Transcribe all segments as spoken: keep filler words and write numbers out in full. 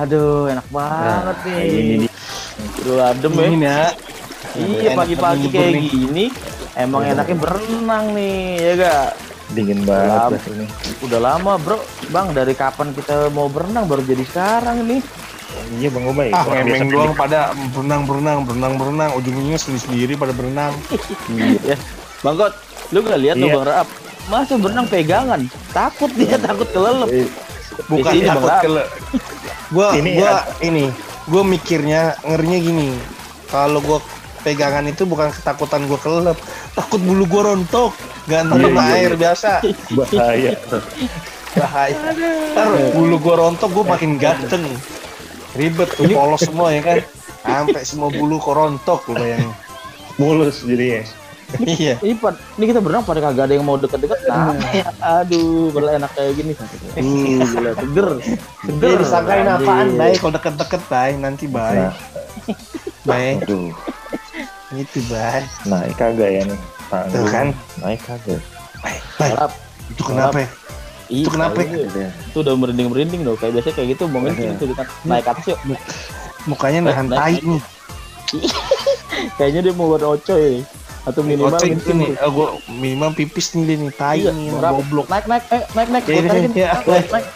Aduh, enak banget Nah, nih. ini nih. Aduh, adem ya. Dingin ya. Iya, Enak pagi-pagi libur kayak nih. gini emang enaknya berenang nih, ya gak? Dingin banget Lama. lah ini. Udah lama, Bro. Bang, dari kapan kita mau berenang baru jadi sekarang nih? Iya Bang Ubay. Ah, orang ngemeng biasa doang pada berenang-berenang, berenang-berenang, ujung-ujungnya sendiri-sendiri pada berenang. Iya. Bang Kot, lu gak lihat tuh Iya. Bang Raap? Masa berenang pegangan? Takut dia, takut kelelep. Eh, Bukan Di sini, takut Bang Raap. kele. Gua Ini gua ad- ini, gua mikirnya ngerinya gini. Kalau gua pegangan itu bukan ketakutan gua kelelep, takut bulu gua rontok. Gak nerima Iya, iya, air biasa. bahaya. Bahaya. Ntar bulu gua rontok gua makin ganteng. Ribet tuh, polos semua ya kan. Sampai semua bulu kok rontok lu bayangin. Mulus jadinya. Iya. Ini, pad- ini kita berenang pada kagak ada yang mau deket-deket. Nah, aduh, berla enak kayak gini. Uh, gila, seger. Seger. Dia disangkain Anjing. apaan, Bay? Kalau deket-deket, Bay. Nanti, Bay. Nah, Bay. aduh. Gitu, Bay. Naik kagak ya nih. Tanggung. Tuh kan. Naik kagak. Bay, Bay. Raap. Itu kenapa ya? Ih, Itu kenapa? tahu gue. Itu udah merinding-merinding dong. Kayak biasa kayak gitu ngomongin Iya. gitu kan. Naik atas yuk. Mukanya nahan Naik, tai naik. nih. Kayaknya dia mau buat ocoy. Atau minimal Koceng kencing ini, tuh. oh, gua minimal pipis nih dia nih, tai Iya, nih, Bang Raap. goblok. Naik, naik, eh, naik, naik. Iya, Gua tarikin. iya, Naik, naik, naik.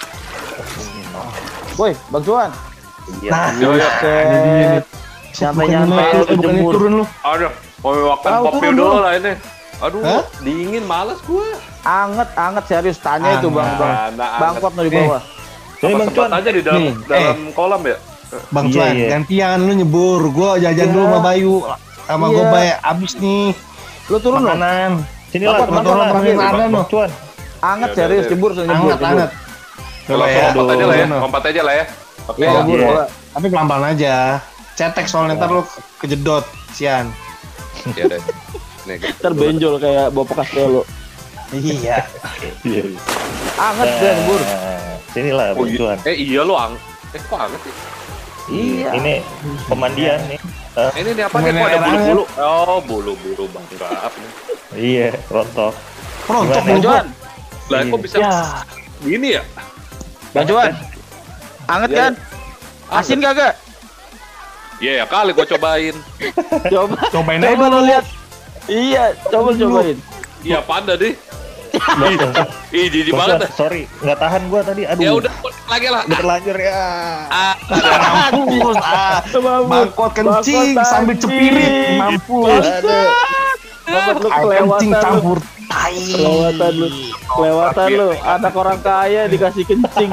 Woi, Bang Cuan. Iya. Nah, Yo, yo. ini dia nih. Nyantai-nyantai Bukannya lu naik, eh, bukannya jemur. turun lu. Aduh, mau makan Tahu, kopi turun dulu dong. lah ini. Aduh, Hah? dingin males gue. Anget, anget serius tanya itu Bang, Anget. Bang. Nah, Bangkot mau di bawah. Ini Apa Bang sempat Cuan. aja di dalam Nih, dalam kolam ya? Bang Iya, Cuan, iya. gantian lu nyebur. Gua jajan Iya. dulu sama Bayu. Sama Iya. gua Bay, abis nih Lu turun loh. makanan. Sini Bangkot, lah bangkot, teman-teman. bangkot. Bang Bang Bang Cuan. Anget Ya, serius udah, jebur, nyebur. Anget, anget. Kalau Coba ya. kompat aja lah ya, Aduh. kompat aja lah ya. Oke. Iya, Oh, nyebur iya. bola. Tapi pelan-pelan aja. Cetek soalnya ntar lu kejedot, sian. Ya udah. Nih, Ntar benjol kayak bapak Castello. Iya. Iya. iya. Anget dia nyebur. Nah, sini lah Oh, Bang iya. Cuan. Eh iya lo ang. Eh kok anget sih? Iya. Ini pemandian nih. Eh, Eh, ini nih apa nih? Main Kok ada air anget. bulu-bulu? Oh, bulu-bulu Bang Raap nih. iya, rontok. Rontok Gimana? Bang Cuan. Lah kok bisa Ya. gini ya? Bang Cuan. Anget Iya, kan? Asin kagak? Iya ya kali gua cobain. Coba. Cobain aja Coba lu dulu. lihat. Iya, coba lu cobain. Iya panda deh. Bang, Ih jijik Bang banget Cuan, dah. sorry, nggak tahan gua tadi. Aduh. Ya udah lagi lah. Udah terlanjur ya. Ah, Mampus, ah. Bangkot kencing Bangkot sambil anjing. cepirit. Mampus. Aduh. Bapak lu Air kencing kelewatan lu. campur tai. Kelewatan lu. Kelewatan lu. Anak orang kaya dikasih kencing.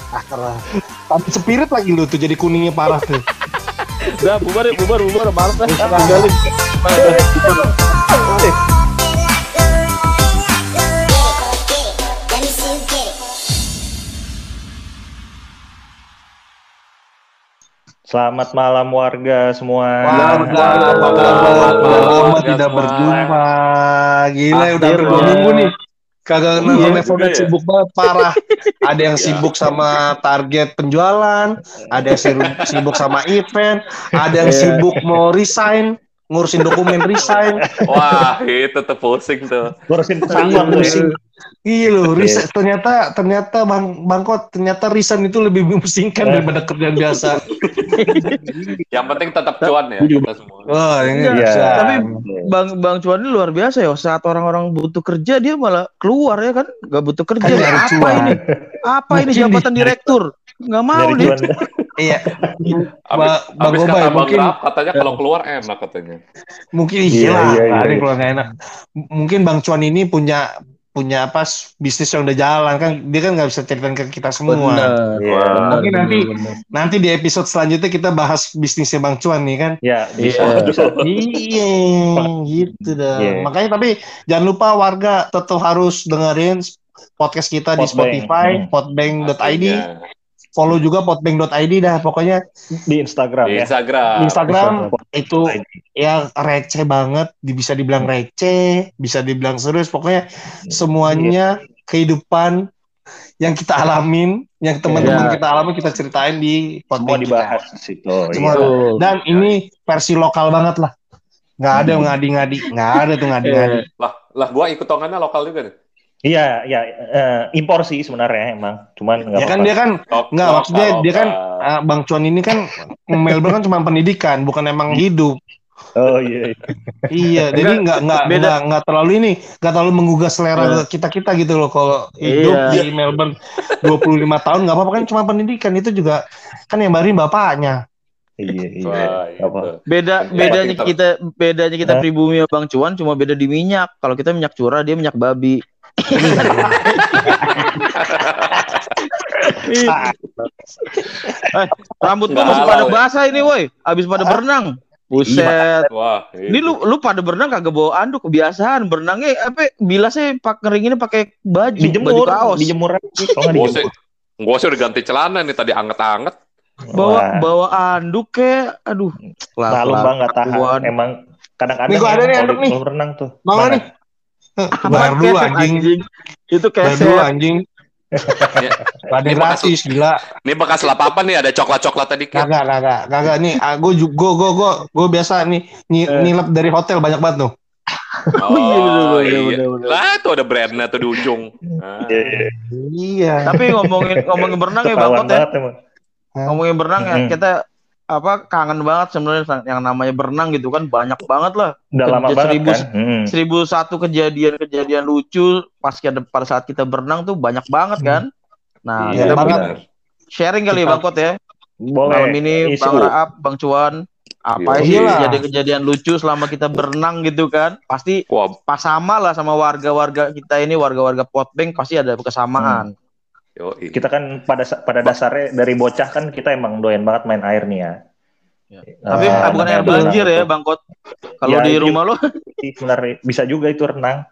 Tapi cepirit lagi lu tuh jadi kuningnya parah tuh. Udah bubar ya, bubar, bubar. Males dah. Tinggalin. Let me see you get it. Selamat malam warga semua. Warga, Selamat apa malam. kabar? Udah lama Warga tidak semua. berjumpa. Gila, udah hampir dua Akhirnya. minggu nih. Kagak Iya nelfon-nelfon juga ya. sibuk banget, parah. Ada yang sibuk sama target penjualan, ada yang sibuk- sibuk sama event, ada yang Iya. sibuk mau resign, ngurusin dokumen resign. wah itu tuh pusing tuh. Ngurusin Iya, pesawat tuh. pusing. Iya loh, Oke. resign. Ternyata ternyata Bang Bangkot, ternyata resign itu lebih memusingkan daripada kerjaan biasa. Yang penting tetap cuan ya kita semua. Wah, ini Iya, bisa. tapi Bang Bang Cuan ini luar biasa ya. Saat orang-orang butuh kerja dia malah keluar ya kan? Gak butuh kerja. Kan nyari Apa cuan. ini? Apa ini Mungkin jabatan di- direktur? Gak mau Dari dia. Cuan. Iya. Abis, Ba- Bang abis Gobay, kata Bang mungkin Raap katanya kalau keluar enak katanya. mungkin Iya, iya, lah, iya, iya, ada yang iya. keluar nggak enak. M- Mungkin Bang Cuan ini punya punya apa s- bisnis yang udah jalan kan, dia kan nggak bisa ceritain ke kita semua. Bener. Iya. Wah. Mungkin nanti bener. nanti di episode selanjutnya kita bahas bisnisnya Bang Cuan nih kan. Ya, bisa. Iya. bisa. Iya, gitu dah. Iya. Makanya tapi jangan lupa warga tetap harus dengerin podcast kita di Podbank. Spotify, Hmm. podbank dot i d. Pastinya. Follow juga podbank dot i d dah. Pokoknya Di Instagram Di ya. Instagram. di Instagram itu I D. ya receh banget, di- bisa dibilang receh, bisa dibilang serius, pokoknya semuanya kehidupan yang kita alamin, yang teman-teman Iya. kita alami kita ceritain di Semua podcast dibahas di situ. Semua. Iya. Betul. Dan ini versi lokal banget lah, nggak ada yang ngadi-ngadi, nggak ada tuh ngadi-ngadi. Eh, Lah, lah gua ikut tongannya lokal juga nih. Iya, ya eh, impor sih sebenarnya emang, cuman nggak Ya kan apa-apa. dia kan Lok- nggak lokal, maksudnya dia kan lokal. ah, Bang Cuan ini kan Melbourne kan cuma pendidikan, bukan emang hidup. Oh iya, iya. Iya, jadi nggak nggak beda. nggak nggak terlalu ini, nggak terlalu menggugah selera Iya. kita kita gitu loh. Kalau hidup Iya. di Melbourne dua puluh lima tahun nggak apa-apa kan cuma pendidikan itu juga kan yang barin bapaknya. Iya, iya. Wah, Nggak apa. itu. Beda Yang bedanya pinter. kita bedanya kita Hah? pribumi sama Bang Cuan cuma beda di minyak. Kalau kita minyak curah, dia minyak babi. Eh, rambut gua Nggak masih halal pada ya? basah ini, woi. Abis pada berenang. Buset. Wah, Ini lu lu pada berenang kagak bawa anduk, kebiasaan berenangnya apa bilasnya pak ngeringinnya pakai baju, baju Dijemur, kaos. dijemur aja. Kalau nggak Gue dijemur. sih, gue sih udah ganti celana nih tadi anget-anget. Bawa Wah, bawa anduk kayak aduh. malu bang nggak tahan. kelakuan. Emang kadang-kadang Nih, gua ada emang nih kalau anduk nih. kalau berenang tuh. Mau Mana? nih? Bayar Apa dulu keset, anjing. Itu Bayar dulu keset. anjing. Ya, Ada Ini bekas- gratis gila. ini bekas lap apa nih? Ada coklat-coklat tadi kan? Kagak kagak kagak nih. Gue gue gue gue gue biasa nih ny- Eh. nilep dari hotel banyak banget tuh. Oh iya, bener, bener, iya. bener, bener. Lah tuh ada brandnya tuh di ujung. Ah. Iya, iya. Iya. Tapi ngomongin ngomongin berenang ya Ketahuan Bangkot ya. banget emang. Ngomongin berenang ya Mm-mm. kita apa kangen banget sebenarnya yang namanya berenang gitu kan banyak banget lah. Udah lama Kerja banget seribu- kan. Hmm. Seribu satu kejadian-kejadian lucu pas kita pada saat kita berenang tuh banyak banget kan. Nah, Iya, kita banget. mungkin benar. sharing kali ya Kita- Bangkot ya. Boleh. Malam ini Isi. Bang Raab, Bang Cuan, apa Iya. sih Iyalah. kejadian-kejadian lucu selama kita berenang gitu kan? Pasti Wah, pas sama lah sama warga-warga kita ini, warga-warga Potbank pasti ada kesamaan. yoi. Kita kan pada pada dasarnya dari bocah kan kita emang doyan banget main air nih ya. Ya. Tapi Eh, ah, bukan air namanya banjir berenang ya itu. Bangkot. Kalau Ya, di itu- rumah lo Ih, sebenarnya bisa juga itu renang.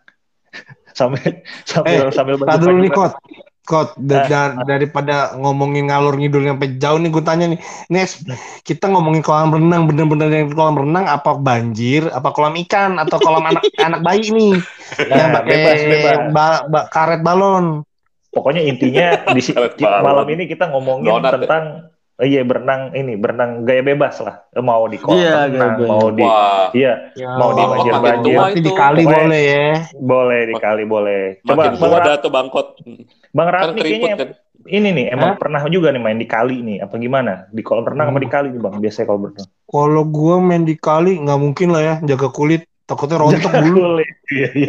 sambil sambil Eh, sambil Tadi dulu nih baju-baju. Kot. Kot da- da- daripada ngomongin ngalur ngidul sampai jauh nih gue tanya nih. Nes, kita ngomongin kolam renang bener-bener yang kolam renang apa banjir, apa kolam ikan atau kolam anak anak bayi nih yang Nah, pakai bebas bebas. ba- ba- karet balon. Pokoknya intinya di si- Karet kita- balon. malam ini kita ngomongin Donat ya? tentang oh iya berenang ini berenang gaya bebas lah. Eh, Mau di kolam Iya, renang, gaya mau di Wah, iya Ya, Mau di Bangkot makin banjir-banjir. tua Tapi itu. di kali Pokoknya- boleh ya. boleh dikali boleh. Coba Makin Bang tua Rap, dah tuh Bangkot. Bang Rap Kan nih keriput kayaknya kan. ini nih emang Hah? pernah juga nih main di kali nih apa gimana? Di kolam renang apa Hmm. di kali nih Bang? Biasanya kalau berenang. Kalau gue main di kali nggak mungkin lah ya jaga kulit. Takutnya rontok bulu. Boleh. Iya iya.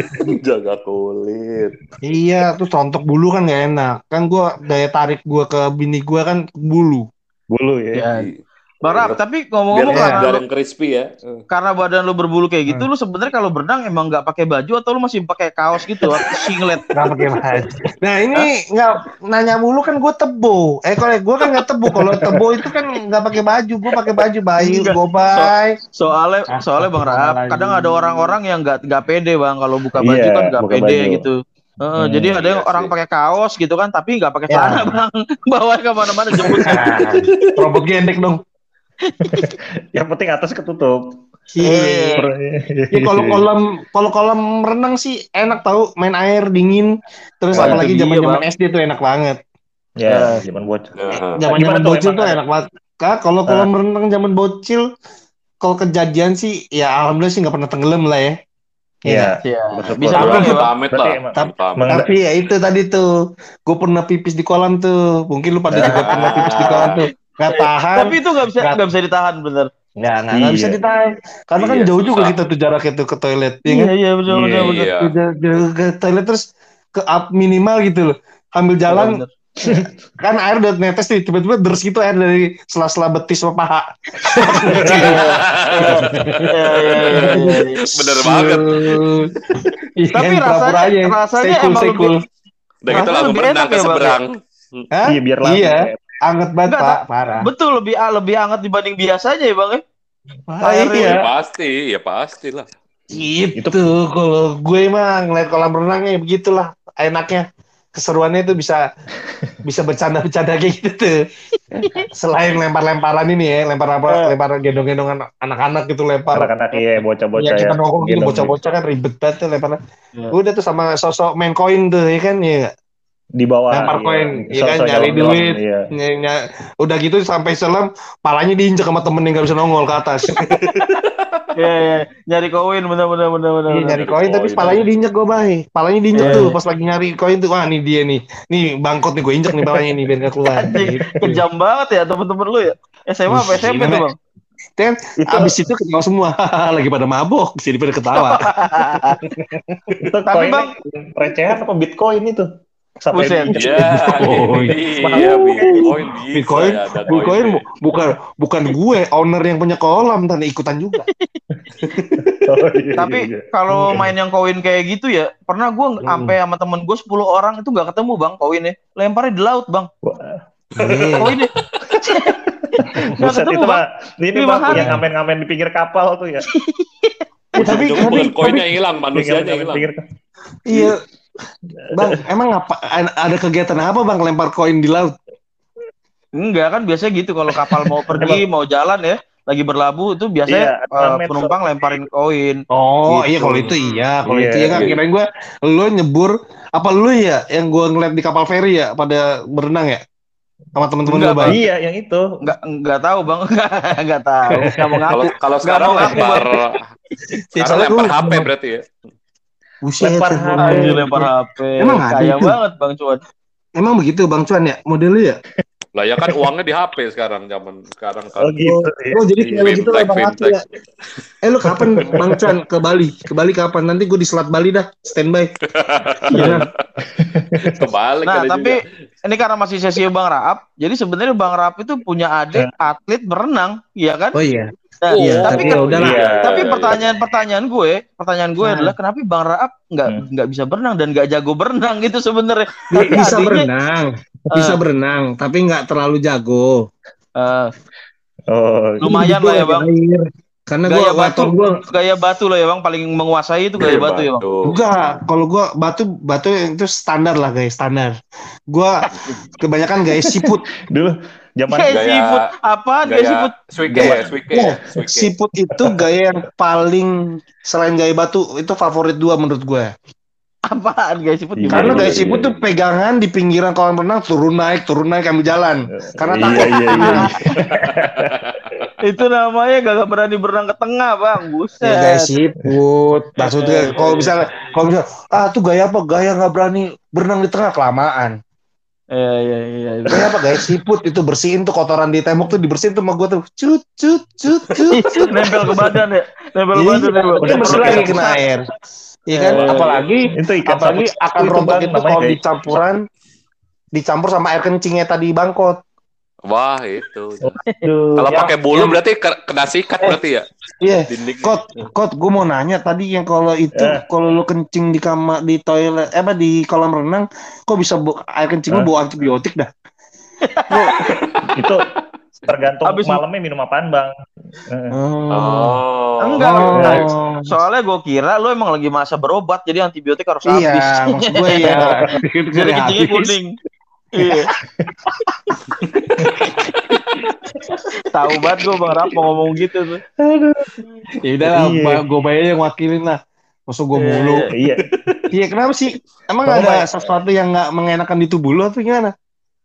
Jaga kulit. Iya, tuh rontok bulu kan nggak enak. Kan gue daya tarik gue ke bini gue kan bulu. Bulu ya. ya. Bang Raab, tapi ngomong-ngomong Biar Iya. karena biar lu, yang crispy ya. karena badan lu berbulu kayak gitu, lu sebenarnya kalau berenang emang nggak pakai baju atau lu masih pakai kaos gitu, atau singlet? Nggak pakai baju. Nah ini nggak nanya mulu kan gue tebo. Eh kalau gue kan nggak tebo. Kalau tebo itu kan nggak pakai baju. Gue pakai baju bayi. Enggak. Gue baik. Soalnya Ah, soalnya Bang Raab, astagfirullahaladzim. kadang ada orang-orang yang nggak nggak pede Bang kalau buka baju Iya, kan nggak buka pede baju. gitu. Heeh, Hmm, jadi ada yang iya orang sih. pakai kaos gitu kan, tapi nggak pakai Ya. celana Bang, bawa kemana-mana jemput. Robot gendek dong. Yang penting atas ketutup. Iya. Ya, kalau kolam kalau kolam renang sih enak tahu main air dingin. Terus Wah, apalagi itu dia, zaman-zaman Bang. S D tuh enak banget. Ya, zaman bocah. Nah, Zaman-zaman Gimana tuh bocil emang tuh ada? enak banget. Kak, kalau kolam renang zaman bocil kalau kejadian sih ya alhamdulillah sih nggak pernah tenggelam lah ya. Iya. Iya, Bersyukur. bisa Tapi- pulang ya Bang. Pamit Berarti lah. emang- Pamit. Meng- Tapi ya itu tadi tuh, gue pernah pipis di kolam tuh. Mungkin lu pada juga pernah pipis di kolam tuh. Gak tahan. Tapi itu nggak bisa Nggak- nggak bisa ditahan bener. Nggak, nggak, nggak Iya. bisa ditahan. Karena kan Iya, jauh juga susah. kita tuh jaraknya tuh ke toilet. Ya Iya kan? iya benar benar Iya, benar. Iya. Jauh, jauh ke toilet terus ke up minimal gitu loh. Ambil jalan, Bener. kan air udah netes nih. Tiba-tiba deres gitu air dari sela-sela betis sama paha. Iya iya iya, iya. Bener banget. Iya, Tapi kan, rasanya- pura-pura aja. rasanya Stay cool, emang stay lebih- cool. Udah gitu Rasanya langsung lebih berenang enak ke ya, Bang, seberang. Hah? Iya, biar lama. Iya. Anget banget, Enggak, Pak. Parah. Betul lebih lebih hangat dibanding biasanya ya Bang ya. Ah, Airnya- iya. Ya pasti, ya pasti lah. Gitu, kalau gue mah ngeliat kolam renangnya begitulah enaknya. Keseruannya itu bisa bisa bercanda-bercanda kayak gitu tuh. Selain lempar-lemparan ini ya, lempar apa, lempar gendong-gendongan anak-anak gitu lempar. Anak-anak iya, bocah-bocah Ya ya. kita nongkrong gitu, Gendong. bocah-bocah kan ribet banget tuh lemparnya. Iya. Udah tuh sama sosok main koin tuh ya kan ya. di bawah lempar iya. koin, ya kan So-so nyari nyelam-nyelam, duit, iya. ny- ny- udah gitu sampai selam, palanya diinjek sama temen yang nggak bisa nongol ke atas. Iya, iya, nyari koin bener-bener bener-bener. Iya nyari Nyari koin tapi koin, palanya iya. diinjek gue baik, palanya diinjek Iya. tuh pas lagi nyari koin tuh, wah nih dia nih, nih bangkot nih gue injek nih palanya nih biar nggak keluar. Anjing, Gitu. kejam banget ya temen-temen lu ya. S M A apa S M P Gimana? tuh bang? Dan Itu abis itu ketawa semua, lagi pada mabok, jadi pada ketawa. itu Tapi, koinnya Bang- recehan apa Bitcoin itu? Sampai Buset. diinjek. Ya, Bitcoin. ini iya Bitcoin bisa Bitcoin, ya, ada Bitcoin koinnya. bu- bukan bukan gue, owner yang punya kolam, tanda ikutan juga. Oh, iya, Tapi iya, iya. kalau main yang koin kayak gitu ya, pernah gue Hmm. sampai sama temen gue sepuluh orang itu nggak ketemu bang koinnya, lemparnya di laut bang. Wah, Iya. Koinnya nggak buset, ketemu itu bang. mah ini Lima bang hari. yang ngamen-ngamen di pinggir kapal tuh ya. Ya, tapi Ujung-ujungnya tapi, bukan koinnya tapi- yang hilang, manusianya Ngamen-ngamen hilang. pinggir iya, bang, emang apa ada kegiatan apa bang lempar koin di laut? Enggak kan biasanya gitu kalau kapal mau pergi mau jalan ya, lagi berlabuh itu biasanya Iya, eh, ngamen penumpang tuh. lemparin koin. Oh Gitu. iya kalau itu iya, kalau Iya, itu ya kan iya. kirain gue lo nyebur apa lu ya yang gue ngeliat di kapal feri ya pada berenang ya sama temen-temen Enggak, lu bang. Iya, yang itu. Enggak enggak tahu bang, enggak enggak tahu. Enggak mau ngaku. Kalau kalau sekarang mau ngaku, lempar Ya, sekarang soalnya lempar gua- H P berarti ya. Buset, Lempar ya. H P. Anjir lempar H P. Emang ada Kaya itu? banget bang cuan. Emang begitu bang Cuan ya modelnya ya? Lah ya kan uangnya di H P sekarang zaman sekarang kan. Oh gitu. ya. Oh jadi Iya, kayak gitu lah fintech, bang Ati ya. Eh lu kapan bang Cuan ke Bali? Ke Bali kapan? Nanti gue di Selat Bali dah standby. Iya. Kebalik Nah kali tapi juga. ini karena masih sesi Bang Raap, jadi sebenarnya Bang Raap itu punya adik atlet berenang, iya kan? Oh iya. Nah, Iya, tapi tapi kan- ya udahlah. Iya, tapi iya, pertanyaan-pertanyaan gue, pertanyaan gue Nah. adalah kenapa Bang Raap nggak Hmm. nggak bisa berenang dan nggak jago berenang gitu sebenarnya? Bi- Tapi Bisa adiknya- berenang, bisa Eh. berenang, tapi nggak terlalu jago. Eh, Oh, lumayan lah ya Bang. Air. Karena Gaya gua batu, water gua gaya batu lah ya Bang, paling menguasai itu gaya batu ya Bang. enggak, kalau gua batu batu itu standar lah guys, standar. Gua kebanyakan gaya siput. dulu zaman Gaya Gaya- siput, apaan gaya siput? Gaya swike Gaya- ya, swike ya, Oh, swike. siput itu gaya yang paling selain gaya batu itu favorit dua menurut gua. Apaan gaya siput? Iya, Karena gimana? gaya iya, siput iya. tuh pegangan di pinggiran kolam renang turun naik, turun naik ambil jalan. Karena iya, takut. iya, iya, iya. Itu namanya gak berani berenang ke tengah Bang, Ya, gaya buset. siput. Maksudnya kalau misalnya kalau misalnya ah tuh gaya apa? Gaya nggak berani berenang di tengah kelamaan. Iya iya iya. Gaya apa? Gaya siput itu bersihin tuh kotoran di tembok tuh dibersihin tuh sama gua tuh. Cut cut cut cut. cut. Nempel ke badan ya, nempel ke Iya, badan ya Bang. udah bersih lagi kena air. Iya kan? Eh, Apalagi Itu ikan apalagi sabut akan itu, rontok Bang, itu namanya kalau kayak- dicampuran dicampur sama air kencingnya tadi bangkot. Wah itu. Aduh, Kalau yang- pakai bulu yang- berarti ke- kena sikat berarti ya Iya. dinding. Kot, kot, gue mau nanya tadi yang kalau itu Eh. kalau lu kencing di kamar di toilet, eh apa di kolam renang, kok bisa bu- air kencing lu Eh. bawa antibiotik dah? itu tergantung Habis- malamnya minum apaan bang. Eh, Oh. Enggak, Oh. enggak. Soalnya gue kira lu emang lagi masa berobat, jadi antibiotik harus habis. Iya, maksud gue ya. Jadi kencingnya kuning. Iya. Tahu banget gue Bang Rap mau ngomong gitu tuh. Ya udah lah, Iya. gue bayar yang wakilin lah. Masuk gue mulu. iya. Iya, kenapa sih? Emang Bang, ada Bang. sesuatu yang nggak mengenakan di tubuh lu atau gimana?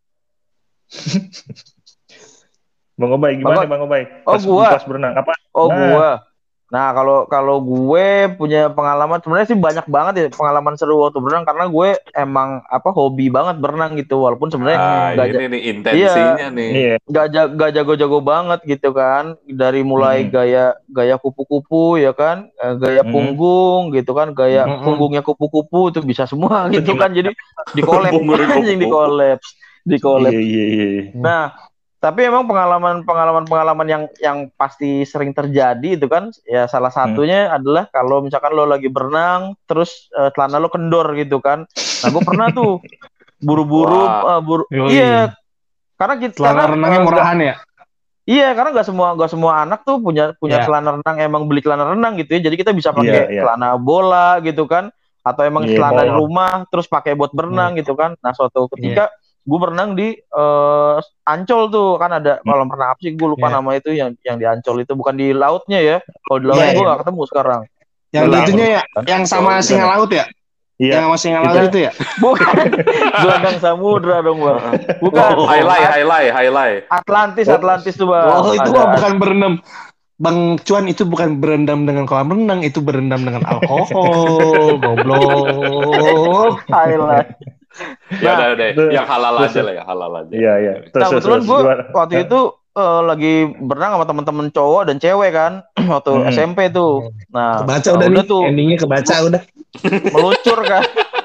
Bang Obay gimana Bang- Bang Obay? Oh, Pas, gua. pas berenang apa? Oh Nah. gue. Nah kalau kalau gue punya pengalaman sebenarnya sih banyak banget ya pengalaman seru waktu berenang karena gue emang apa hobi banget berenang gitu walaupun sebenarnya Ah, nggak ini nih intensinya nih. Iya. nggak ja- nggak jago-jago banget gitu kan dari mulai Hmm. gaya gaya kupu-kupu ya kan eh, gaya Hmm. punggung gitu kan gaya Hmm. punggungnya kupu-kupu itu bisa semua gitu gimana? kan jadi di collab Punggung anjing di kupu-kupu. collab di collab. Iya iya iya. Nah tapi emang pengalaman pengalaman pengalaman yang yang pasti sering terjadi itu kan ya salah satunya adalah kalau misalkan lo lagi berenang terus eh, celana lo kendor gitu kan. Nah gue pernah tuh buru-buru Wah. eh, buru Yoi. iya karena kita Celana karena, renangnya eh, murahan ya? Iya, karena nggak semua nggak semua anak tuh punya punya Iya. celana renang emang beli celana renang gitu ya. Jadi kita bisa pakai Iya, iya. celana bola gitu kan, atau emang Iya, celana di bola. rumah terus pakai buat berenang gitu kan. Nah suatu ketika Iya. gue berenang di eh, Ancol tuh kan ada kolam renang apa sih gue lupa Iya. nama itu yang yang di Ancol itu bukan di lautnya ya. Kalau di lautnya Iya, gue iya. nggak ketemu sekarang. Yang Berenang. itunya ya, yang sama Oh, singa laut ya? Iya. Yang masih ngalah itu ya? Bukan. Gelandang Samudra dong, Bang. Bukan. Oh. Highlight, highlight, highlight. Atlantis, Atlantis tuh, Bang. Oh, itu Ada- mah bukan berenam. Bang Cuan itu bukan berendam dengan kolam renang, itu berendam dengan alkohol, goblok. highlight. Ya Nah, udah deh, terus- yang halal terus- aja lah ya, halal aja. Iya, iya. Nah, Terus, kebetulan terus, gue gimana? waktu itu eh, lagi berenang sama teman-teman cowok dan cewek kan waktu Hmm. S M P tuh. Nah, Kebaca nah, udah, nih, tuh endingnya kebaca udah. meluncur kan.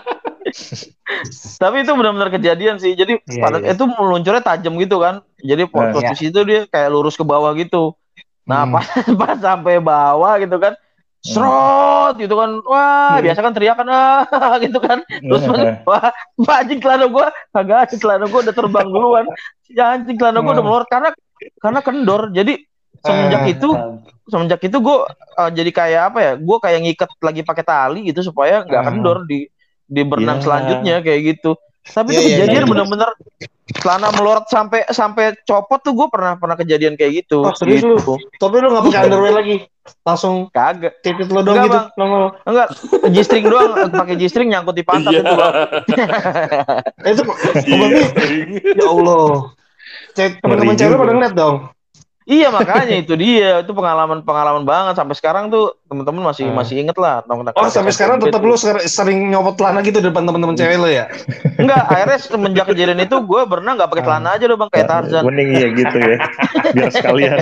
Tapi itu benar-benar kejadian sih. Jadi Iya, pada iya. itu meluncurnya tajam gitu kan. Jadi Nah, posisi itu dia kayak lurus ke bawah gitu. Nah, Hmm. pas pas sampai bawah gitu kan. Serot gitu kan. Wah, Hmm. biasa kan teriakan ah gitu kan. Terus wah, wah, anjing celana gua kagak anjing celana gua udah terbang duluan. Ya anjing celana gua udah melorot karena karena kendor. Jadi semenjak Ah. itu semenjak itu gua uh, jadi kayak apa ya? Gua kayak ngikat lagi pakai tali gitu supaya nggak Ah. kendor di di berenang Ya. selanjutnya kayak gitu. Tapi Iya, itu iya, kejadian iya. bener-bener celana melorot sampai sampai copot tuh gue pernah pernah kejadian kayak gitu. Oh, serius lu? Gitu. Tapi lu nggak pakai underwear lagi, langsung Kagak. titit lu dong Enggak, gitu, Bang. nongol. Enggak, G-string doang, pakai G-string nyangkut di pantat Iya. itu, Bang. Eh, itu berarti ya Allah. Cek teman-teman Ngeri cewek juga. pada ngeliat dong. Iya, makanya itu dia. Itu pengalaman-pengalaman banget sampai sekarang tuh teman-teman masih Hmm. masih inget lah. Oh, sampai sekarang tetap lu ser- sering nyopot celana gitu depan teman-teman cewek lu ya? Enggak, akhirnya semenjak kejadian itu gue berenang nggak pakai celana aja loh, Bang, kayak Tarzan. Mending iya gitu ya. Biar sekalian.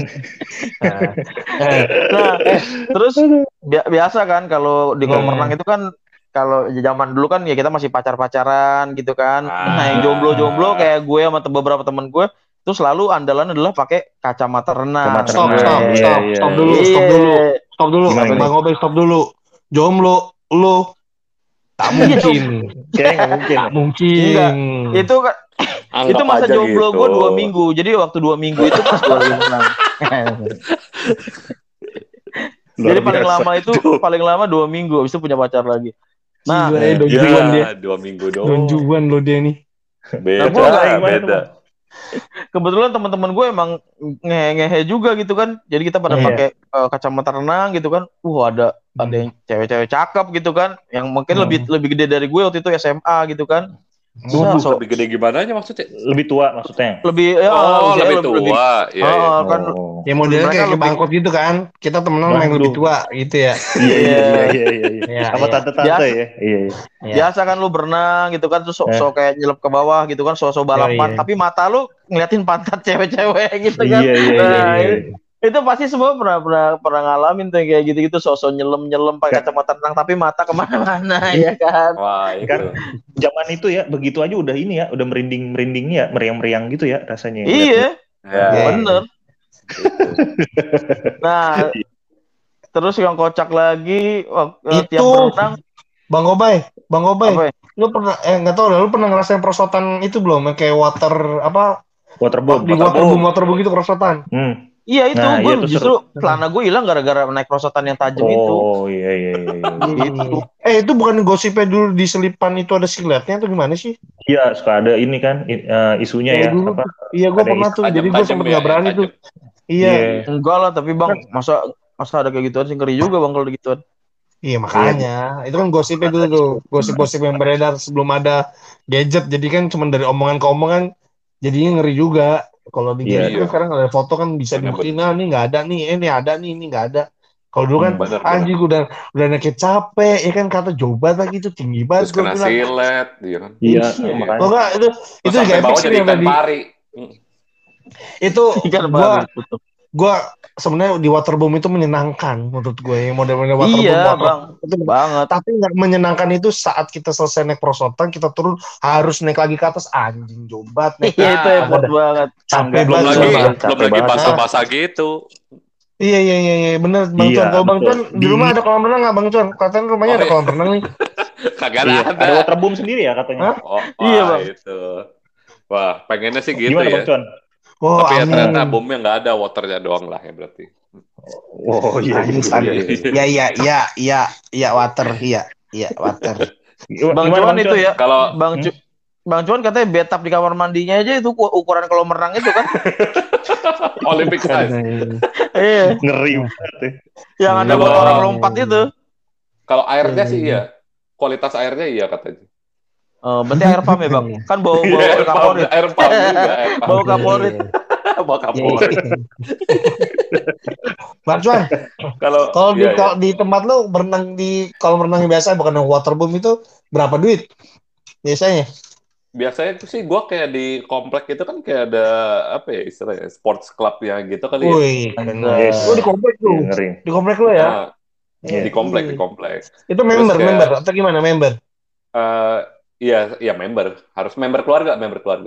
Nah, terus bi- biasa kan kalau di kolam Hmm. renang itu kan kalau zaman dulu kan ya kita masih pacar-pacaran gitu kan. Ah. Nah, yang jomblo-jomblo kayak gue sama te- beberapa teman gue itu selalu andalan adalah pakai kacamata renang. Kacamata Stop, renang. stop, Iya, stop, iya, stop iya. dulu, stop dulu, stop dulu. Gimana, Bang Obey, stop dulu. Jomblo, lu tak mungkin, Kayaknya nggak mungkin. tak mungkin. Enggak. Itu kan Anggap itu masa aja jomblo gitu. gue dua minggu. Jadi waktu dua minggu itu pas gue lagi renang. Luar Jadi paling biasa. lama itu paling lama dua minggu. Habis itu punya pacar lagi. Nah, Gila ya, Don Ya, Juan dia. dua minggu Don doang. Juan lo dia nih. Beda, Nah, gua nggak- gimana beda. tuh, kebetulan teman-teman gue emang ngehe-ngehe juga gitu kan. Jadi kita pada Iya. pakai uh, kacamata renang gitu kan. Uh ada ada yang cewek-cewek cakep gitu kan. Yang mungkin Hmm. lebih lebih gede dari gue waktu itu S M A gitu kan. So, Waduh, so, lebih gede gimana aja maksudnya? Lebih tua maksudnya. lebih ya, Oh, usianya lebih tua. Iya, iya. Oh, kan Oh. Ya modelnya Mereka kayak lebih- bangkot gitu kan. Kita temenan sama yang Waduh. lebih tua gitu ya. Iya, iya, iya, iya, iya. Iya, Sama iya. tante-tante Biasa. ya. Iya, iya. Iya. biasa kan lu berenang gitu kan terus Eh. so kayak nyelep ke bawah gitu kan so-so balapan iya. tapi mata lu ngeliatin pantat cewek-cewek gitu kan. Iya, iya, iya, Nah, iya. itu pasti semua pernah pernah pernah ngalamin tuh yang kayak gitu-gitu sosok nyelem nyelem pakai Kan- kacamata renang tapi mata kemana-mana ya kan. Wah, itu. Kan zaman itu ya begitu aja udah ini ya, udah merinding merinding ya, meriang-meriang gitu ya rasanya. Iya, Ya, Iya. bener. Nah, terus yang kocak lagi waktu Itu. tiap berenang Bang Obay, Bang Obay, apa ya? lu pernah eh nggak tahu dah, lu pernah ngerasain perosotan itu belum? Yang kayak water apa Waterboom. di waterboom waterboom gitu perosotan. Hmm. Iya itu Nah, gue iya tuh justru celana gue hilang gara-gara naik perosotan yang tajam itu. Oh iya iya iya. iya. Gitu. Eh itu bukan gosipnya dulu di selipan itu ada siletnya atau gimana sih? Iya suka ada ini kan i- eh, isunya ya. Iya, dulu. Apa? Iya gue Ada pernah tuh, jadi gue Tajam-tajam sempet ya, nggak berani tajam. tuh. Iya, Enggak lah, tapi bang masa masa ada kayak gituan sih ngeri juga bang kalau gituan. iya makanya itu kan gosipnya dulu tuh, gosip-gosip yang beredar sebelum ada gadget. Jadi kan cuma dari omongan ke omongan, jadinya ngeri juga. Kalau di Iya, gadget kan iya. sekarang ada foto kan bisa Bener, dibuktiin, nah ini nggak ada nih, eh, ini ada nih, ini nggak ada. Kalau dulu kan Hmm, bener, anjing udah udah naik capek, ya kan kata jauh banget lagi itu tinggi banget. Terus kena Gua bilang. silet, iya kan? Iya Iya. makanya. Kalau nggak itu Terus itu sampai juga efek bawah sih jadi yang ikan tadi. pari. Itu Ikan gua pari, betul. gua sebenarnya di waterboom itu menyenangkan menurut gue, yang model-model waterboom. Iya water- bang, itu banget. tapi nggak menyenangkan itu saat kita selesai naik perosotan, kita turun harus naik lagi ke atas, anjing jobat naik. Iya itu Ah, effort ada- banget. capek Belum banget. lagi, banget, belum capek lagi banget. basah-basah gitu. Iya iya iya iya bener Bang Iya, Cuan. Kalau Bang betul. Cuan di rumah ada kolam renang nggak Bang Cuan? Katanya rumahnya Oh, ada iya. kolam renang nih. Kagak Iya, ada. ada waterboom sendiri ya katanya. Hah? Oh, wah, Iya, Bang. itu. Wah, pengennya sih gitu Gimana ya. Bang Cuan? Oh Tapi ya amin. ternyata boomnya nggak ada, waternya doang lah ya berarti. Oh iya Anjing, iya. standar. iya, iya. Iya iya iya iya iya water iya iya water. Bang Gimana, Cuan itu ya, Kalau Bang Cu Bang Cuan katanya bathtub di kamar mandinya aja itu uku- ukuran kolam renang itu kan. Olympic size, Iya, Ngeri banget ya. yang ada buat Kalau- orang lompat itu. kalau airnya sih iya. kualitas airnya iya katanya. Oh, berarti air pump ya bang? Kan bau bau Iya, air pump, kaporit. air pump juga, air pump. Bau kaporit. Bau kaporit. Bang Cuan, Kalau kalau di, iya, iya. kalau di tempat lu berenang di kolam renang biasa bukan yang waterboom itu berapa duit biasanya? Biasanya tuh sih gue kayak di komplek itu kan kayak ada apa ya istilahnya sports club-nya gitu kali ya. Wih, Yes. oh di komplek Iya, lu, ngeri. di komplek lu ya? Nah, Iya. di komplek, di komplek. Itu member, kayak- member atau gimana member? Eh, iya, iya member. Harus member keluarga, member keluarga.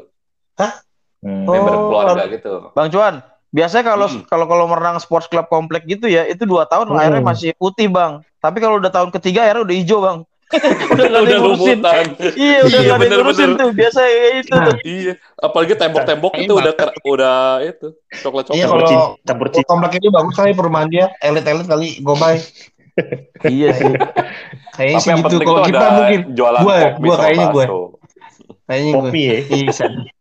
Hmm. Member Oh, keluarga gitu. Bang Cuan, biasanya kalau Hmm. kalau kalau merenang sports club komplek gitu ya, itu dua tahun Hmm. airnya masih putih bang. Tapi kalau udah tahun ketiga airnya udah hijau bang. udah nggak ada yang ngurusin. lumutan. Iya udah Iya, nggak ada yang bener, ngurusin bener. tuh. Biasa kayak itu tuh. Iya, apalagi tembok-tembok itu udah ker- udah itu coklat-coklat. Iya Campur kalau cinta, campur cinta. komplek itu bagus kali perumahan dia, elit-elit kali gobay. Iya sih. Kayaknya Tapi sih yang gitu. penting Kalau tuh kita ada mungkin jualan Gua- pop mie gua sama kayaknya gue. bakso. kayaknya Pop gue. mie ya. Bisa.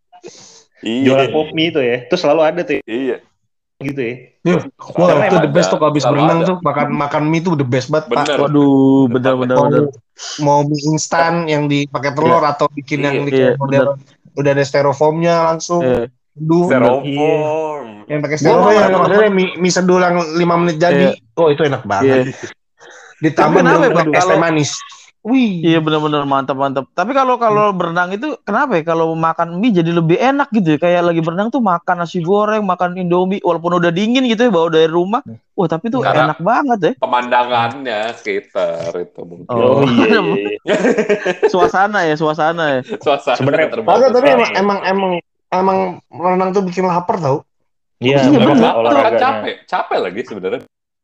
Iya. Jualan pop mie itu ya. Itu selalu ada tuh Iya. gitu ya. Duh, wah Karena itu the emang best ada, tuh kalau habis selalu berenang ada. tuh makan makan mie tuh the best banget Pak. Bener. Waduh, bener bener Mau bener. mau mie instan yang dipakai telur atau bikin yang Iya, bikin iya, model udah ada styrofoamnya langsung. Eh, Duh, Styrofoam. yang pakai Gua styrofoam malah- yang modelnya mie, mie sedul yang lima menit jadi. Oh itu enak iya. banget. Ditambah Tapi kenapa dengan ya, Bang, es teh kalau- manis. Wih. Iya benar-benar mantap mantap. Tapi kalau kalau berenang itu kenapa ya? Kalau makan mie jadi lebih enak gitu ya. Kayak lagi berenang tuh makan nasi goreng, makan Indomie, walaupun udah dingin gitu ya bawa dari rumah. Wah tapi tuh Karena- enak banget ya. Pemandangannya sekitar itu mungkin. Oh, Oh. iya. iya. Suasana ya, suasana ya. Suasana Sebenarnya- terbatas. Agak tapi emang emang emang emang renang tuh bikin lapar tau. Iya, Iya, memang bener. Kan olahraganya. capek, capek lagi sebenarnya.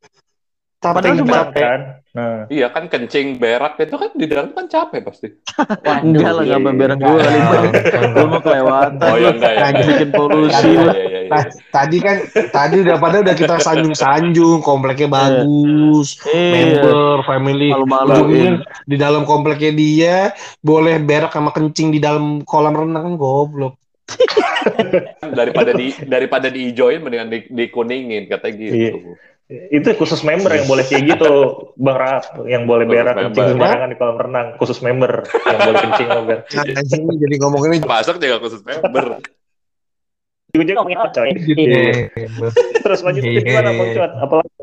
Tapi Padahal cuma- capek. Kan? Nah. Iya kan kencing berak itu kan di dalam kan capek pasti. Enggak lah, nggak sampai berak gue kali bang. Gue mau kelewatan. Oh, iya, enggak ya. Nah, bikin polusi. Iya, lah. iya, iya, iya. Nah, tadi kan tadi udah pada udah kita sanjung-sanjung, kompleknya bagus, Iya. member, family. Malu-maluin. Ujung-ujungnya di dalam kompleknya dia boleh berak sama kencing di dalam kolam renang kan goblok. Daripada di daripada diijoin mendingan di, dikuningin katanya gitu. Itu khusus member yang boleh kayak gitu, Bang Rap, yang boleh Khusus berak member. kencing sembarangan di kolam renang, khusus member yang boleh kencing sama berak. Nah, anjing ini jadi ngomongin Masuk juga khusus member. Juga ngomongin apa, coy? gitu. Terus lanjut Iya. gimana, Bang Cuan? Apalagi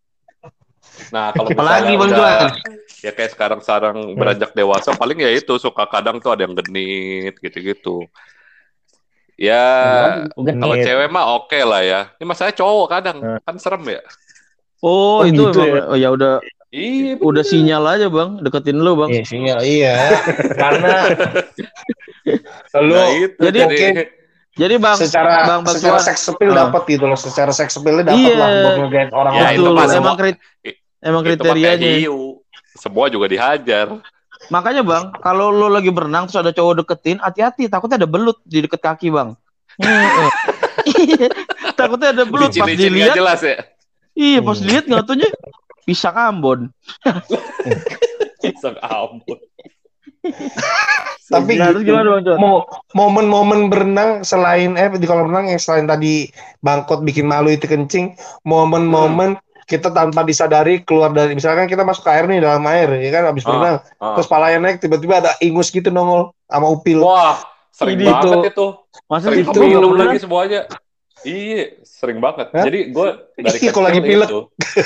Nah, kalau Apalagi, misalnya Bang udah Juan? ya kayak sekarang-sekarang beranjak dewasa paling ya itu suka kadang tuh ada yang genit gitu-gitu. Ya, kalau Genit. cewek mah oke lah ya. Ini masalahnya cowok kadang Hmm. kan serem ya. Oh, Oh, itu gitu emang. ya? Oh ya udah Iya, udah sinyal aja bang, deketin lu bang. Iya, sinyal iya. Karena lu Nah, itu jadi- jadi Jadi bang, secara bang Bang secara Cuan, sex appeal Ah. dapat gitu loh, secara sex appeal dapat Iya. lah buat ngegait orang Ya, lain. itu betul. mah Emang semua- krit, emang itu mah kayak kriterianya. hiu. Semua juga dihajar. Makanya bang, kalau lu lagi berenang terus ada cowok deketin, hati-hati, takutnya ada belut di deket kaki bang. Hmm, Iya, takutnya ada belut pas Licin-licin nggak dilihat. jelas ya. Iya, pas dilihat nggak taunya pisang Ambon. Sang ampun. Tapi Nah, terus gitu, gimana bang Cuan? mo- momen-momen berenang selain eh di kolam renang yang selain tadi bangkot bikin malu itu kencing, momen-momen kita tanpa disadari keluar dari misalkan kita masuk ke air nih dalam air ya kan habis Ah, berenang ah. terus palanya naik tiba-tiba ada ingus gitu nongol sama upil. Wah, sering Ini banget itu- itu. Masa Sering itu itu- keminum beneran? lagi semuanya. Iya, sering banget. Hah? Jadi gue dari Ih, kalau lagi kecil pilek. itu.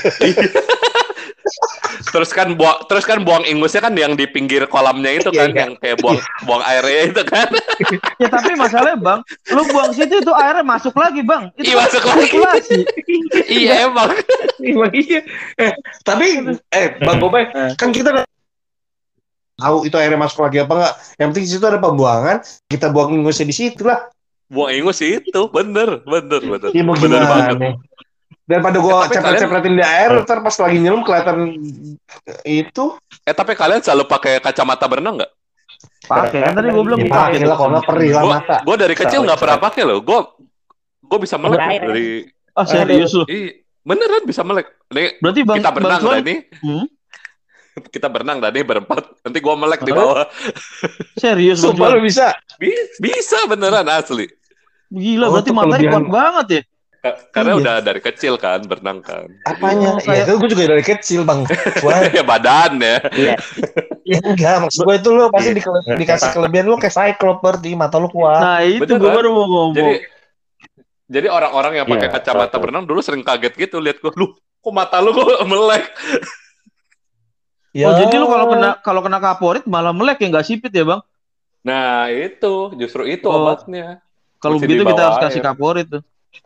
terus kan buang terus kan buang ingusnya kan yang di pinggir kolamnya itu kan Iya, iya. yang kayak buang buang airnya itu kan. Ya tapi masalahnya bang, lu buang situ itu airnya masuk lagi bang. Itu Iya, kan masuk lagi. sirkulasi. Iya emang. Emang iya. Eh, tapi eh Bang Gobay, Eh. kan kita nggak tahu itu airnya masuk lagi apa enggak. Yang penting di situ ada pembuangan, kita buang ingusnya di situ lah. Buang ingus itu bener bener bener. Iya mau Bener banget. gimana? Daripada gua Eh, tapi cepet-cepetin di air, ntar pas lagi nyelam kelihatan itu. Eh tapi kalian selalu pakai kacamata berenang nggak? Pakai kan tadi gue bilang Ya, pakai. pakai lah, kalau nggak perih lah Gue mata. gue dari kecil nggak pernah pakai loh. Gue gue bisa melek Air. dari. Ah serius lu? Ih, beneran bisa melek. Nih, Berarti bang kita bang berenang Cuan, tadi. hmm? Kita berenang tadi berempat. Nanti gue melek di Hah? bawah. Serius bang Sumpah Cuan? lu bisa. Bi- Bisa beneran asli. Gila, Oh, berarti itu matanya kelebihan. kuat banget ya? Ka- Karena Iya. udah dari kecil kan berenang kan. Apanya? Oh, Ya kayak- itu gue juga dari kecil Bang. Wah, Ya badan ya. Iya. Ya enggak, maksud gue itu lu pasti Iya. dikele- dikasih kelebihan lu kayak Cyclops berarti mata lu kuat. Nah itu Bener, gue kan? baru mau ngomong. Jadi jadi orang-orang yang pakai Iya, kacamata betul. berenang dulu sering kaget gitu lihat gue, lu kok mata lu kok melek? Ya. Oh jadi lu kalau kena kalau kena kaporit malah melek ya nggak sipit ya bang? Nah itu justru itu Oh, obatnya. Kalau Mesti begitu di kita bawah harus kasih air. kaporit tuh.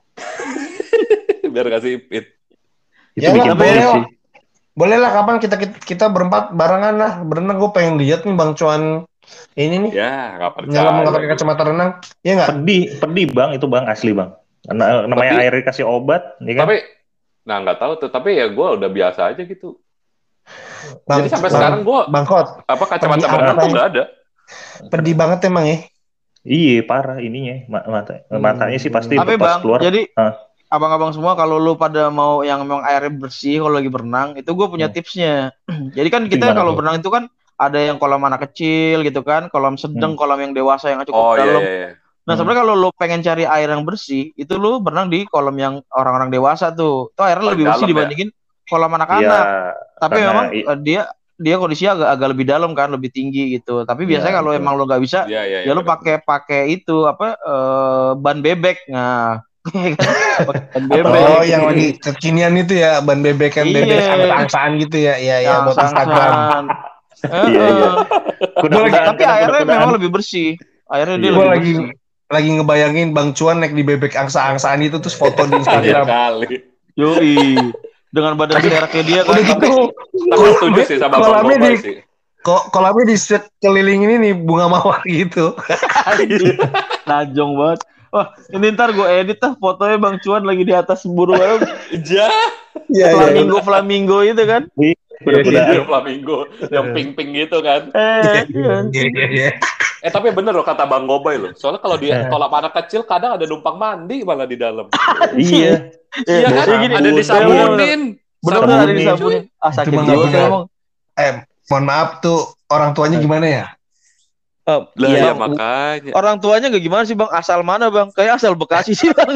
Biar gak sipit. Itu Ya bikin lah, boleh boleh lah. sih. Boleh lah kapan kita kita, kita berempat barengan lah berenang. Gue pengen lihat nih Bang Cuan ini nih Ya nggak percaya. nyelam nggak pakai gua. kacamata renang. Ya nggak? Pedih, pedih bang itu bang asli bang. Nah, namanya Pedih. air dikasih obat, ya kan? Tapi nah nggak tahu tuh. Tapi ya gue udah biasa aja gitu. Bang, Jadi sampai Bang- sekarang gue Bang Kot, apa kacamata Pedih berenang apa tuh ya? nggak ada. pedih banget emang ya. Iya parah ininya Ma- mata Hmm. matanya sih pasti Tapi pas bang, keluar. jadi Ah. abang-abang semua kalau lu pada mau yang memang airnya bersih kalau lagi berenang, itu gue punya Hmm. tipsnya. Jadi kan kita Gimana kalau tuh? berenang itu kan ada yang kolam anak kecil gitu kan, kolam sedang, Hmm. kolam yang dewasa yang cukup Oh iya dalam. iya. iya. Nah Hmm. sebenarnya kalau lu pengen cari air yang bersih, itu lu berenang di kolam yang orang-orang dewasa tuh. Itu airnya Paling lebih bersih dalam ya? dibandingin kolam Iya. anak-anak. Tapi karena memang i- eh, dia dia kondisinya agak agak lebih dalam kan, lebih tinggi gitu. Tapi Iya, biasanya kalau betul. emang lu nggak bisa, Iya iya. ya lu pakai pakai itu apa eh, ban bebek. Nah, pakai ban bebek. Oh, yang lagi kekinian itu ya ban bebek kan bebek Iya. angsa-angsaan gitu ya. Iya ya Yang buat Instagram. sangsan. Eh, Iya, iya. eh. Kuda-kudaan, Tapi airnya kuda-kudaan. memang lebih bersih. Airnya dia Iya. Gue lebih lagi bersih. lagi ngebayangin Bang Cuan naik di bebek angsa-angsaan itu terus foto di Iya Instagram. kali. Yoi. Dengan badan serak kayak dia kan. Udah gitu, Tapi setuju sih sama Bang kolamnya Boba di sih. kok kolamnya di sekeliling ini nih bunga mawar gitu. Anjir. Najong banget. Wah, ini ntar gue edit lah fotonya Bang Cuan lagi di atas burung apa, Ja. Iya flamingo flamingo itu kan. Kuda-kudaan. Iya flamingo yang pink-pink gitu kan. Eh, Iya iya iya. Eh tapi bener loh kata Bang Gobay loh. Soalnya kalau di kolam anak kecil kadang ada numpang mandi malah di dalam. Iya. Iya kan? Jadi gini, Ada disabunin. bener-bener ada di Sabunin, sabunin. Ah sakit Itu mah jiwa nggak tuh benar. emang. Eh, mohon maaf tuh orang tuanya gimana ya? Eh, Lah iya, ya Bang. makanya. Orang tuanya gak gimana sih Bang? Asal mana Bang? Kayak asal Bekasi sih Bang.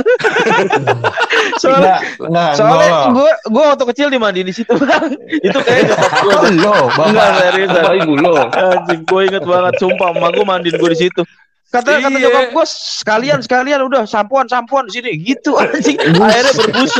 soalnya Enggak, enggak, soalnya enggak. gue gue waktu kecil dimandiin di situ Bang. Itu kayak nyokap gue. Oh, lo, Enggak serius. Bapak Ibu lo. Anjing gue inget banget sumpah emak gue mandiin gue di situ. Kata kata Iya. nyokap gue sekalian sekalian udah sampoan sampoan di sini gitu anjing airnya berbusa.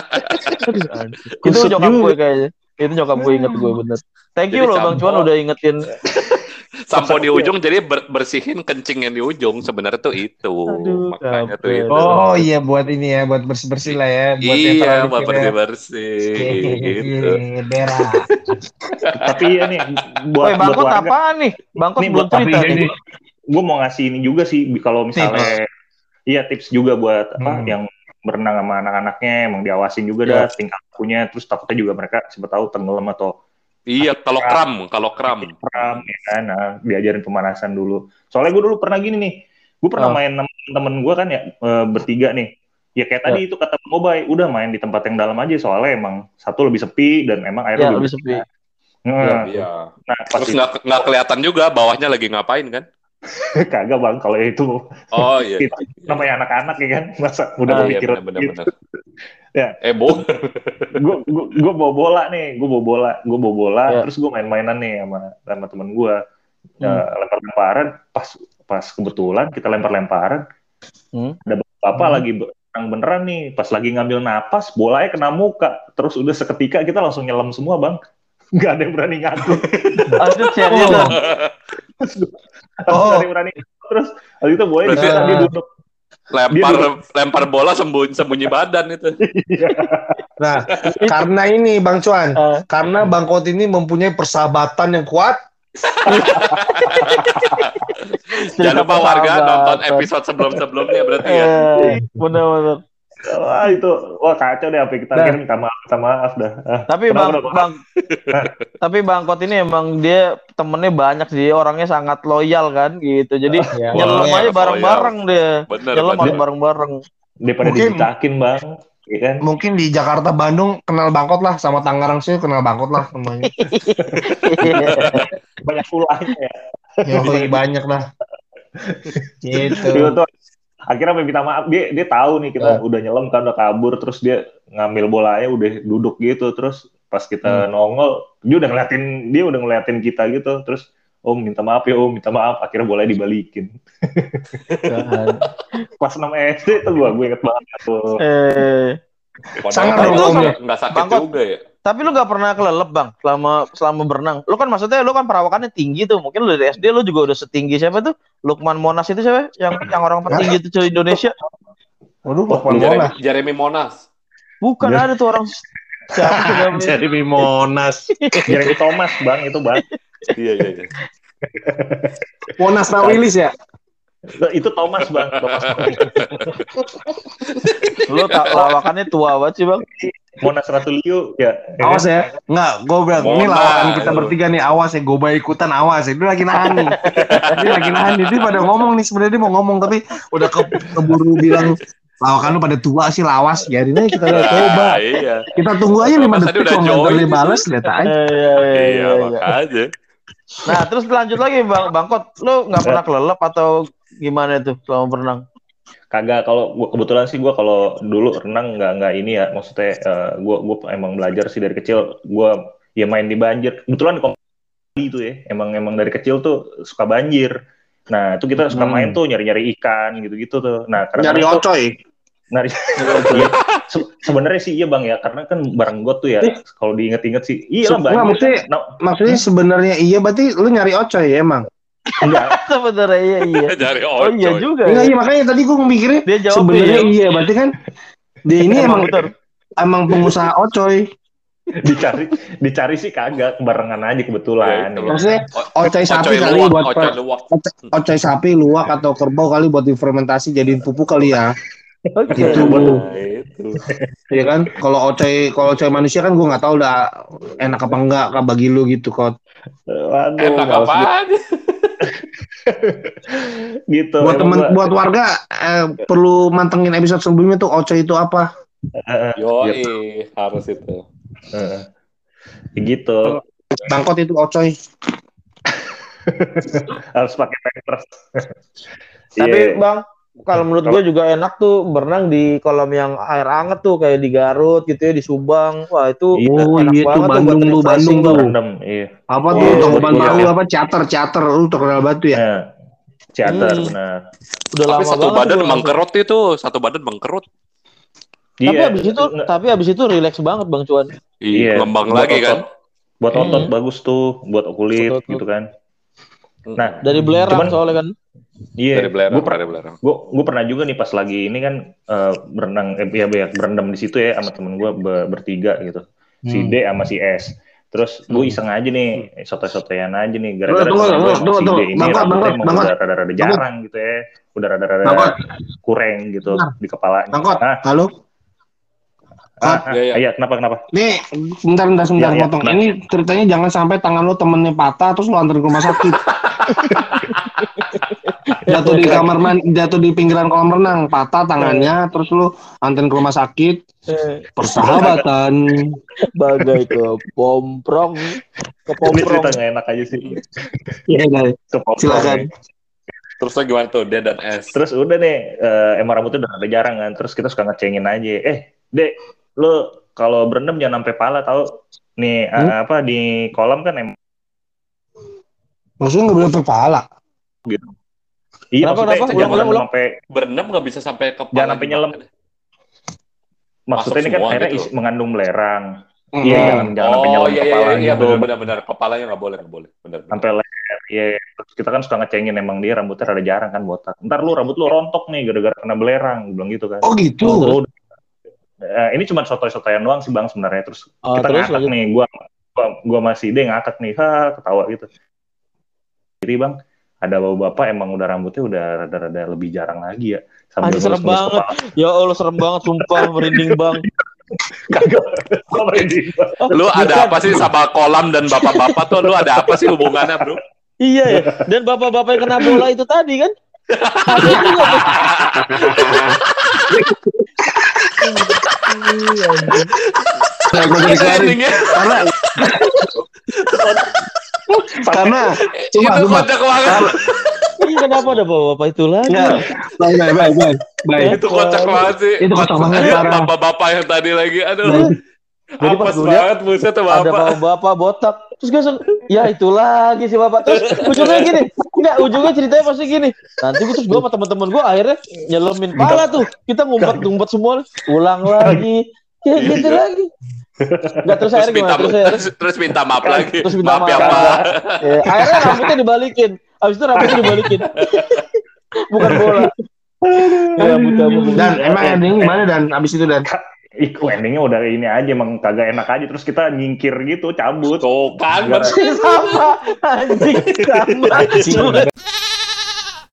Itu Kusut nyokap juga. gue kayaknya. Itu nyokap gue inget gue bener. Thank you Jadi loh Bang sampo. Cuan udah ingetin. Sampo di ujung jadi ber- bersihin kencing yang di ujung sebenarnya tuh itu. Aduh, Makanya tuh capek. itu. Oh iya buat ini ya, buat bersih-bersih lah ya, buat yang Iya, terlalu buat dikit ya. bersih-bersih gitu. Iya, berak. Tapi ya nih buat Woi buat Bangkot warga. apaan nih? Bangkot Nih, belum buat- cerita tapi nih. ini- Gue mau ngasih ini juga sih kalau misalnya iya tips juga buat apa Hmm. yang berenang sama anak-anaknya emang diawasin juga dah tingkah lakunya terus takutnya juga mereka siapa tahu tenggelam atau Iya, kalau kram, kalau kram. kram ya kan nah, diajarin pemanasan dulu soalnya gue dulu pernah gini nih gue pernah Oh. main sama temen gue kan ya e, bertiga nih ya kayak tadi itu kata Mobay udah main di tempat yang dalam aja soalnya emang satu lebih sepi dan emang Ya airnya lebih bersih. sepi. Nah, Iya. nah pas Terus itu nggak nggak kelihatan juga bawahnya lagi ngapain kan? kagak bang kalau itu Oh iya. Itu namanya anak-anak ya kan masa udah Ah, iya, kepikiran benar gitu. benar. Ya. Eh, Bo. gue gue gue bawa bola nih gue bawa bola gue bawa bola Ya. terus gue main-mainan nih sama sama temen gue Hmm. lempar-lemparan pas pas kebetulan kita lempar-lemparan Hmm. ada bapak Hmm. lagi berenang beneran nih pas lagi ngambil napas bolanya kena muka terus udah seketika kita langsung nyelam semua bang nggak ada yang berani ngaku Aduh serius. Oh. Langsung ada yang berani ngaku. Terus habis itu bolanya Berarti- dia duduk Lempar lempar bola sembunyi sembunyi badan itu. Nah, karena ini Bang Cuan, Ah. karena Bangkot ini mempunyai persahabatan yang kuat. Jangan lupa warga persahabatan. nonton episode sebelum-sebelumnya berarti ya. Eh, bener-bener. wah itu wah kacau deh apa yang kita Nah. kirim minta maaf minta maaf dah ah, Tapi kenapa, bang, kenapa? bang, tapi Bangkot ini emang dia temennya banyak sih, orangnya sangat loyal kan gitu. Jadi Ya, nyelam loyal. aja bareng-bareng dia, Bener nyelam bener. bareng-bareng. daripada Mungkin- dibicakin bang ya kan Mungkin di Jakarta, Bandung kenal Bangkot lah, sama Tangerang sih kenal Bangkot lah semuanya. banyak ulahnya ya Yoi, banyak lah. Gitu. Itu tuh akhirnya sampai minta maaf dia dia tahu nih kita Ya. udah nyelam kan udah kabur terus dia ngambil bolanya udah duduk gitu terus Pas kita hmm. nongol, dia udah ngeliatin, dia udah ngeliatin kita gitu. Terus, Om minta maaf ya, Om minta maaf. Akhirnya boleh dibalikin. Pas enam S D tuh gue, gue inget banget tuh. Eh, sangat nggak sakit Bangkot. juga ya. Tapi lu gak pernah kelelep bang selama selama berenang. Lu kan maksudnya lu kan perawakannya tinggi tuh. Mungkin lu dari S D lu juga udah setinggi siapa tuh? Lukman Monas itu siapa? Yang yang orang tertinggi itu di Indonesia. Waduh, Lukman Jeremy, Monas. Jeremy Monas. Bukan ada tuh orang siapa tuh namanya? Jeremy Monas. Jeremy Thomas bang itu bang. Iya iya iya. Monas Rawilis ya? Itu Thomas bang. Lu tak lawakannya tua banget sih bang. Monas Ratuliu ya. Awas ya. Enggak, gue bilang ini lawakan kita bertiga nih, awas ya, gue baik ikutan, awas ya. Dia lagi nahan nih. Dia lagi nahan nih. Dia pada ngomong nih, sebenarnya dia mau ngomong tapi udah ke, keburu bilang lawakan lu pada tua sih, lawas. Biarin aja kita lihat coba. Iya. Kita tunggu aja lima detik kalau nggak terbalas, lihat aja. Iya Iya makanya. Nah terus lanjut lagi bang Bangkot, lu nggak pernah kelelep atau gimana itu selama berenang? Kagak, kalau gua kebetulan sih gue kalau dulu renang nggak nggak ini ya, maksudnya uh, gue gue emang belajar sih dari kecil, gue ya main di banjir. Kebetulan di itu ya, emang emang dari kecil tuh suka banjir. Nah itu kita suka main tuh nyari-nyari ikan gitu-gitu tuh. Nah karena nyari ocoy. Nyari ya, se- sebenarnya sih iya bang ya, karena kan bareng gue tuh ya kalau diinget-inget sih iya lah banjir. Maksudnya, nah, maksudnya sebenarnya iya, berarti lu nyari ocoy ya emang? Enggak. Sebenarnya iya iya. Nyari oh iya ocoy. juga. Enggak, Ya. iya makanya tadi gue mikirnya Dia jawab sebenarnya iya. iya, berarti kan dia ini emang betul. emang pengusaha ocoy. dicari dicari sih kagak, barengan aja kebetulan. Ya, itu. Maksudnya O- ocoy sapi ocoy kali luwak, buat ocoy luwak. ocoy, ocoy sapi luwak atau kerbau kali buat difermentasi jadiin pupuk kali ya. Gitu. Nah, itu. Iya kan? Kalau ocoy kalau ocoy manusia kan gue nggak tahu udah enak apa enggak kah bagi lu gitu kok. Waduh, Enak males apaan? gitu. Buat temen, emang gua- buat warga eh, perlu mantengin episode sebelumnya tuh ocoy itu apa? Yo, gitu. harus itu. Heeh. gitu. Bangkot itu ocoy. Harus pakai pampers. Tapi Iya. bang, kalau menurut gue juga enak tuh berenang di kolam yang air hangat tuh kayak di Garut gitu ya, di Subang. Wah itu Oh enak iya tuh banget Bandung buat tuh Bandung refreshing tuh. Rendem, iya. Apa Oh, tuh iya, Tangkuban iya. Perahu apa charter charter lu terkenal batu ya? Ya. Teater Hmm. benar. Udah Tapi lama satu banget badan tuh. mengkerut itu, satu badan mengkerut. Tapi Iya. abis itu, Nge- tapi abis itu relax banget bang Cuan. Iya. Iya, ngembang Buat lagi otot. kan. Buat Hmm. otot bagus tuh, buat kulit Buat otot. gitu kan. Nah, Dari belerang Cuman- soalnya kan. iya. Dari belerang, Gue per- dari belerang. gue gue pernah juga nih pas lagi ini kan eh, berenang eh, ya, ya berendam di situ ya sama temen gue be- bertiga gitu, si Hmm. D sama si S. Terus gue iseng aja nih, soto-sotoyan aja nih, gara-gara Tunggu, temen gue tunggu, emang tunggu, si D tunggu. ini Bangkot, rambutnya bangkot, emang bangkot. udah rada-rada jarang gitu ya, udah rada-rada Bangkot. kurang gitu Bentar. di kepalanya. Bangkot, Ah, halo. ah, ah, Iya, iya. iya, kenapa kenapa? Nih, bentar, bentar, sebentar Iya, iya. potong. Nah. Ini ceritanya jangan sampai tangan lu temennya patah terus lu anterin ke rumah sakit. Jatuh di kamar mandi, jatuh di pinggiran kolam renang, patah tangannya, terus lu anterin ke rumah sakit. Eh, Persahabatan. bagai ke pomprong, ke Ini pomprong. cerita nggak enak aja sih. Iya, guys. Kepopong Silakan. ya. Terus lo gimana tuh, D dan S? Terus udah nih, eh, emang rambutnya udah ada jarang kan. Terus kita suka ngecengin aja. Eh, Dek, lo kalau berendam jangan sampai pala tau. Nih, Hmm? a- apa di kolam kan emang Maksudnya nggak boleh kepala. gitu. Iya, Kenapa, maksudnya kenapa? jangan Ulang, ulang, ulang. sampai Berendam nggak bisa sampai kepala. Jangan sampai nyelam. maksudnya ini kan semua airnya gitu. isi- mengandung belerang. Hmm. Iya, jangan jangan sampai Oh nyelam iya iya kepala iya, iya gitu. benar benar benar, kepalanya nggak boleh nggak boleh, benar. benar. Sampai leher. Iya, terus kita kan suka ngecengin emang dia rambutnya rada jarang kan botak. Ntar lu rambut lu rontok nih gara-gara kena belerang, gue bilang gitu kan. Oh gitu. Oh, eh, ini cuma sotoy-sotoyan doang sih bang sebenarnya. Terus Oh, kita terus ngakak lanjut. nih, gua, gua gua masih deh ngakak nih, ha ketawa gitu. Jadi bang, ada bapak-bapak emang udah rambutnya udah rada-rada lebih jarang lagi ya. Sambil Anjir, serem ngelus-ngelus banget. kepala. Ya Allah serem banget, sumpah merinding bang. Kagak, gua merinding, Bang. Oh, Lu ada bukan. apa sih sama kolam dan bapak-bapak tuh? Lu ada apa sih hubungannya, bro? Iya ya. Dan bapak-bapak yang kena bola itu tadi kan. Ada juga tuh. Nah, gua jadi keluarin. Endingnya Karena karena coba itu coba. kocak banget. Iya, kenapa ada bapak-bapak itu lagi? Ya, baik baik baik baik. Baik. Itu kocak banget sih. Itu kocak banget, parah. Bapak-bapak yang tadi lagi, aduh. Baik. Jadi pas Apes gue lihat banget buset tuh ada bapak. bapak botak, terus gue langsung, ya itu lagi si bapak. Terus ujungnya gini, enggak ujungnya ceritanya pasti gini. Nanti gue terus gue sama teman-teman gue akhirnya nyelemin pala tuh, kita ngumpet-ngumpet semua, ulang lagi, kayak gitu lagi. Enggak terus Terus akhirnya minta gimana? Terus akhirnya, terus, terus minta maaf lagi. terus minta maaf ya maaf. Pak. Ya, akhirnya rambutnya dibalikin, abis itu rambutnya dibalikin, bukan bola. Ya, rambutnya rambutnya. Dan emang endingnya gimana dan abis itu dan Iku endingnya udah ini aja emang kagak enak aja terus kita nyingkir gitu cabut. Tuh kan Gara- sama anjing sama.